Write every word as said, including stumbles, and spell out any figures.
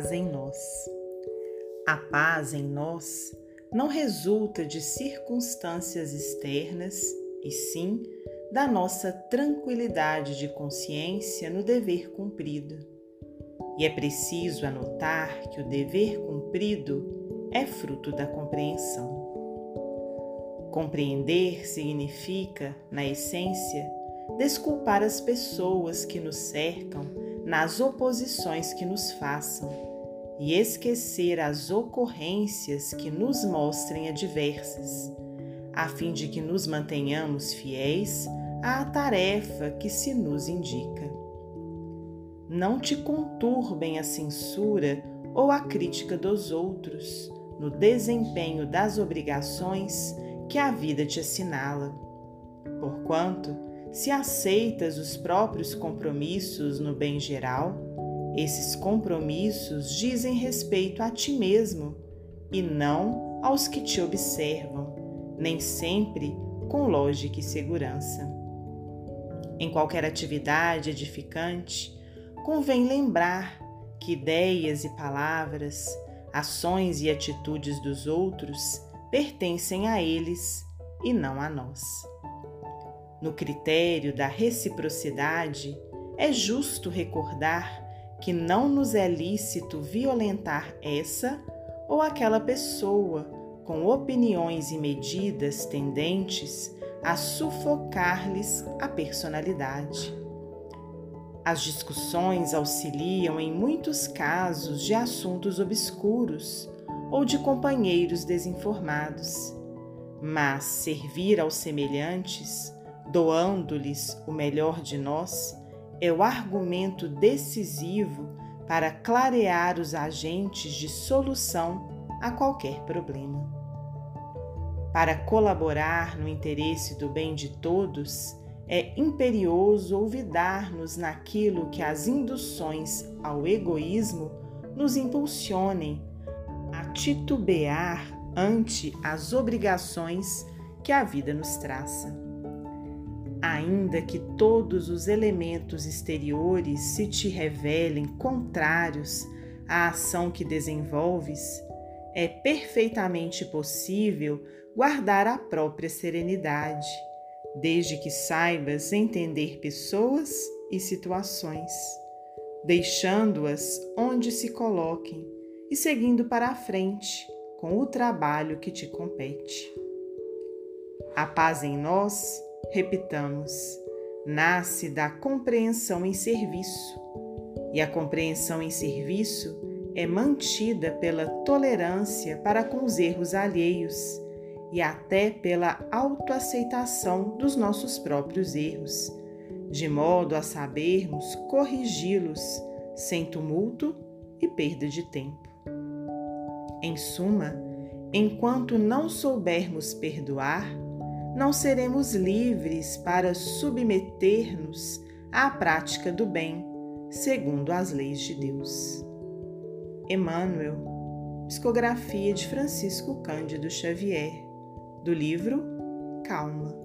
paz em nós. A paz em nós não resulta de circunstâncias externas, e sim da nossa tranquilidade de consciência no dever cumprido. E é preciso anotar que o dever cumprido é fruto da compreensão. Compreender significa, na essência, desculpar as pessoas que nos cercam nas oposições que nos façam e esquecer as ocorrências que nos mostrem adversas, a fim de que nos mantenhamos fiéis à tarefa que se nos indica. Não te conturbem a censura ou a crítica dos outros no desempenho das obrigações que a vida te assinala, porquanto, se aceitas os próprios compromissos no bem geral, esses compromissos dizem respeito a ti mesmo e não aos que te observam, nem sempre com lógica e segurança. Em qualquer atividade edificante, convém lembrar que ideias e palavras, ações e atitudes dos outros pertencem a eles e não a nós. No critério da reciprocidade, é justo recordar que não nos é lícito violentar essa ou aquela pessoa com opiniões e medidas tendentes a sufocar-lhes a personalidade. As discussões auxiliam em muitos casos de assuntos obscuros ou de companheiros desinformados, mas servir aos semelhantes, doando-lhes o melhor de nós, é o argumento decisivo para clarear os agentes de solução a qualquer problema. Para colaborar no interesse do bem de todos, é imperioso olvidar-nos naquilo que as induções ao egoísmo nos impulsionem a titubear ante as obrigações que a vida nos traça. Ainda que todos os elementos exteriores se te revelem contrários à ação que desenvolves, é perfeitamente possível guardar a própria serenidade, desde que saibas entender pessoas e situações, deixando-as onde se coloquem e seguindo para a frente com o trabalho que te compete. A paz em nós, repitamos, nasce da compreensão em serviço, e a compreensão em serviço é mantida pela tolerância para com os erros alheios e até pela autoaceitação dos nossos próprios erros, de modo a sabermos corrigi-los sem tumulto e perda de tempo. Em suma, enquanto não soubermos perdoar, não seremos livres para submeter-nos à prática do bem, segundo as leis de Deus. Emmanuel, psicografia de Francisco Cândido Xavier, do livro Calma.